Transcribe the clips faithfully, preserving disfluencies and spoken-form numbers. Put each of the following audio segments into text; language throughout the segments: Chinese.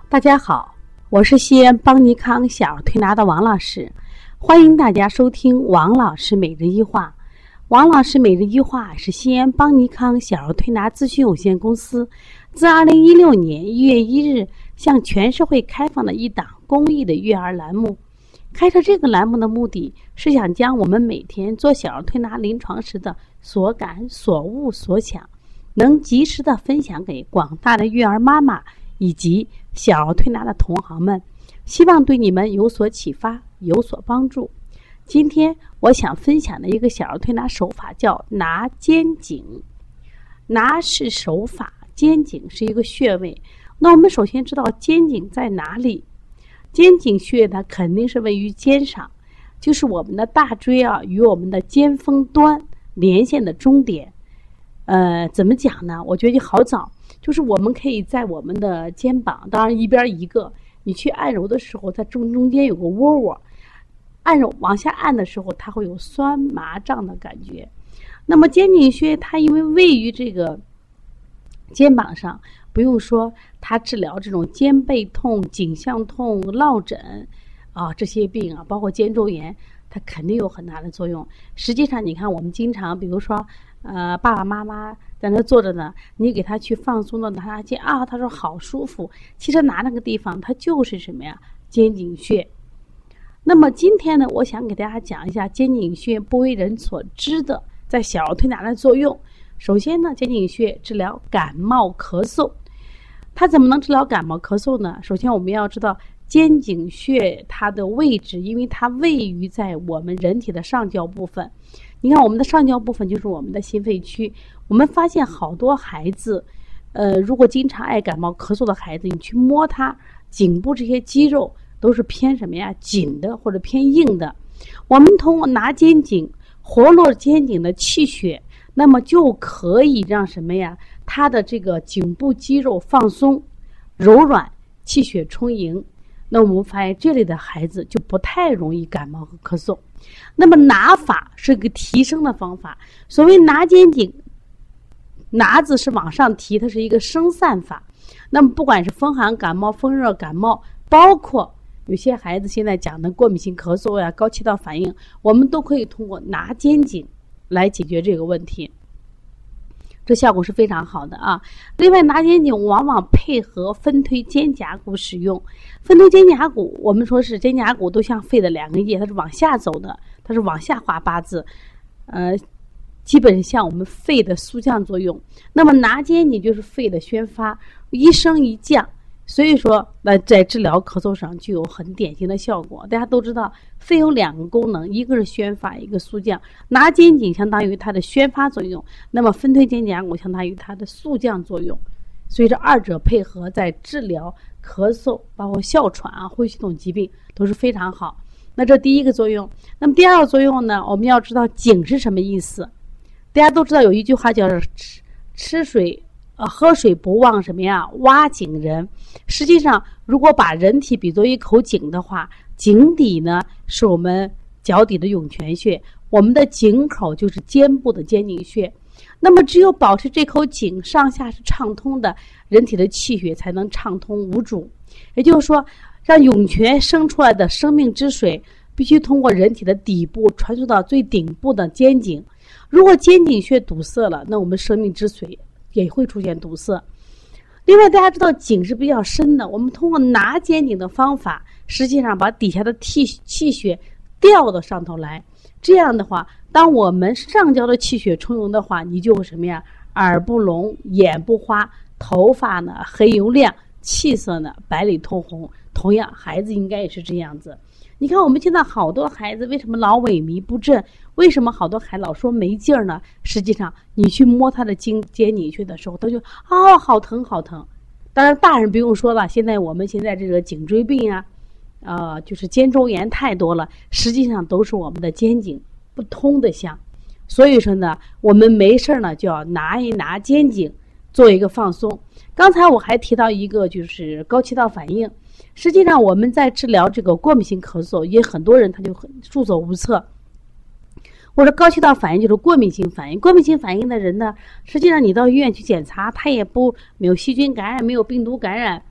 大家好，我是西安邦尼康小儿推拿的王老师，欢迎大家收听王老师每日一话。王老师每日一话是西安邦尼康小儿推拿咨询有限公司自二零一六年一月一日向全社会开放的一档公益的育儿栏目。开设这个栏目的目的是想将我们每天做小儿推拿临床时的所感所悟所想，能及时的分享给广大的育儿妈妈以及小儿推拿的同行们，希望对你们有所启发，有所帮助。今天我想分享的一个小儿推拿手法叫拿肩颈。拿是手法，肩颈是一个穴位。那我们首先知道肩颈在哪里？肩颈穴呢，肯定是位于肩上，就是我们的大椎啊与我们的肩峰端连线的中点。呃，怎么讲呢？我觉得就好找，就是我们可以在我们的肩膀，当然一边一个，你去按揉的时候，它中中间有个窝窝，按揉往下按的时候，它会有酸麻胀的感觉。那么肩颈穴它因为位于这个肩膀上，不用说，它治疗这种肩背痛、颈项痛、落枕啊这些病啊，包括肩周炎，它肯定有很大的作用。实际上，你看我们经常，比如说。呃，爸爸妈妈在那坐着呢，你给他去放松的拿他肩啊，他说好舒服。其实拿那个地方，它就是什么呀？肩颈穴。那么今天呢，我想给大家讲一下肩颈穴不为人所知的在小儿推拿的作用。首先呢，肩颈穴治疗感冒咳嗽。它怎么能治疗感冒咳嗽呢？首先我们要知道肩颈穴它的位置，因为它位于在我们人体的上焦部分。你看我们的上焦部分就是我们的心肺区。我们发现好多孩子呃，如果经常爱感冒咳嗽的孩子，你去摸他颈部这些肌肉都是偏什么呀？紧的或者偏硬的。我们通过拿肩颈活络肩颈的气血，那么就可以让什么呀？他的这个颈部肌肉放松柔软，气血充盈。那我们发现这类的孩子就不太容易感冒和咳嗽。那么拿法是个提升的方法。所谓拿肩颈，拿字是往上提，它是一个升散法。那么不管是风寒感冒、风热感冒，包括有些孩子现在讲的过敏性咳嗽呀、高气道反应，我们都可以通过拿肩颈来解决这个问题。这效果是非常好的啊！另外，拿肩颈往往配合分推肩胛骨使用。分推肩胛骨，我们说是肩胛骨都像肺的两个叶，它是往下走的，它是往下画八字，呃，基本像我们肺的肃降作用。那么拿肩颈就是肺的宣发，一升一降。所以说，那在治疗咳嗽上就有很典型的效果。大家都知道，肺有两个功能，一个是宣发，一个肃降。拿肩颈相当于它的宣发作用，那么分推肩胛骨相当于它的肃降作用。所以这二者配合，在治疗咳嗽、包括哮喘啊、呼吸系统疾病都是非常好。那这第一个作用。那么第二个作用呢？我们要知道颈是什么意思。大家都知道有一句话叫吃吃水。呃，喝水不忘什么呀？挖井人。实际上，如果把人体比作一口井的话，井底呢是我们脚底的涌泉穴，我们的井口就是肩部的肩颈穴。那么，只有保持这口井上下是畅通的，人体的气血才能畅通无阻。也就是说，让涌泉生出来的生命之水，必须通过人体的底部传输到最顶部的肩颈。如果肩颈穴堵塞了，那我们生命之水也会出现堵塞。另外，大家知道颈是比较深的，我们通过拿肩颈的方法，实际上把底下的气气血调到上头来。这样的话，当我们上焦的气血充盈的话，你就会什么呀？耳不聋，眼不花，头发呢黑油亮，气色呢白里透红。同样，孩子应该也是这样子。你看我们现在好多孩子为什么老萎靡不振？为什么好多孩子老说没劲儿呢？实际上你去摸他的肩肩颈穴的时候，他就哦好疼好疼。当然大人不用说了，现在我们现在这个颈椎病啊，呃就是肩周炎太多了，实际上都是我们的肩颈不通的象。所以说呢，我们没事呢就要拿一拿肩颈，做一个放松。刚才我还提到一个就是高气道反应。实际上我们在治疗这个过敏性咳嗽，也很多人他就很束手无策。我说高气道反应就是过敏性反应，过敏性反应的人呢，实际上你到医院去检查，他也不没有细菌感染，没有病毒感染，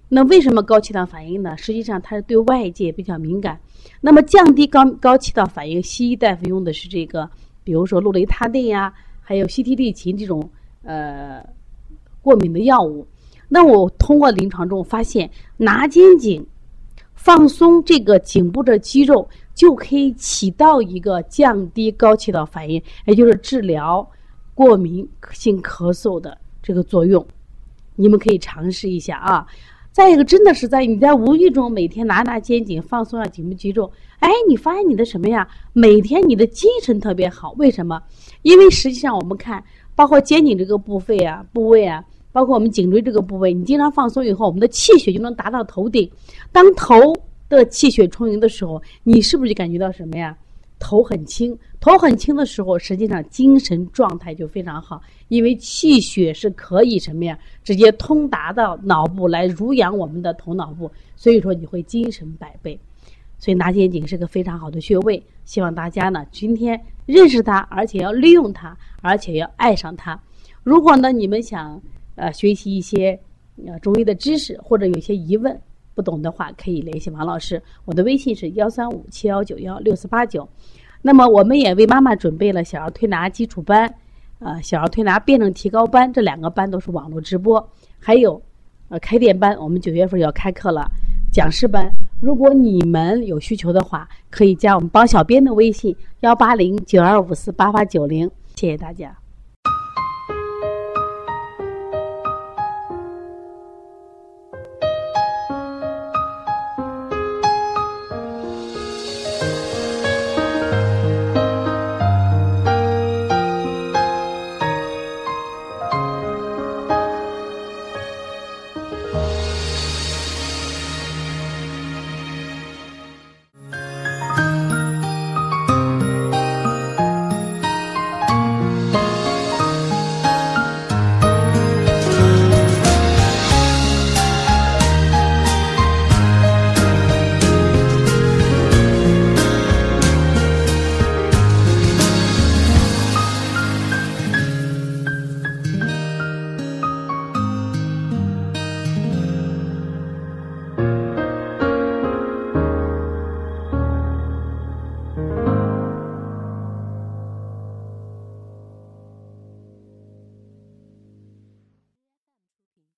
那为什么高气道反应呢？实际上它是对外界比较敏感。那么降低高高气道反应，西医大夫用的是这个，比如说氯雷他定呀，还有西替利嗪这种呃过敏的药物。那我通过临床中发现，拿肩颈放松这个颈部的肌肉，就可以起到一个降低高气道反应，也就是治疗过敏性咳嗽的这个作用。你们可以尝试一下啊。再一个，真的是在你在无意中每天拿拿肩颈，放松下颈部肌肉，哎，你发现你的什么呀？每天你的精神特别好。为什么？因为实际上我们看，包括肩颈这个部位啊、部位啊，包括我们颈椎这个部位，你经常放松以后，我们的气血就能达到头顶。当头的气血充盈的时候，你是不是就感觉到什么呀？头很轻，头很轻的时候，实际上精神状态就非常好，因为气血是可以什么呀，直接通达到脑部来濡养我们的头脑部，所以说你会精神百倍。所以拿肩颈是个非常好的穴位，希望大家呢今天认识它，而且要利用它，而且要爱上它。如果呢你们想呃学习一些呃中医的知识，或者有些疑问不懂的话，可以联系王老师，我的微信是幺三五七幺九幺六四八九。那么我们也为妈妈准备了小儿推拿基础班，呃，小儿推拿辩证提高班，这两个班都是网络直播，还有呃开店班，我们九月份要开课了，讲师班。如果你们有需求的话，可以加我们帮小编的微信幺八零九二五四八八九零，谢谢大家。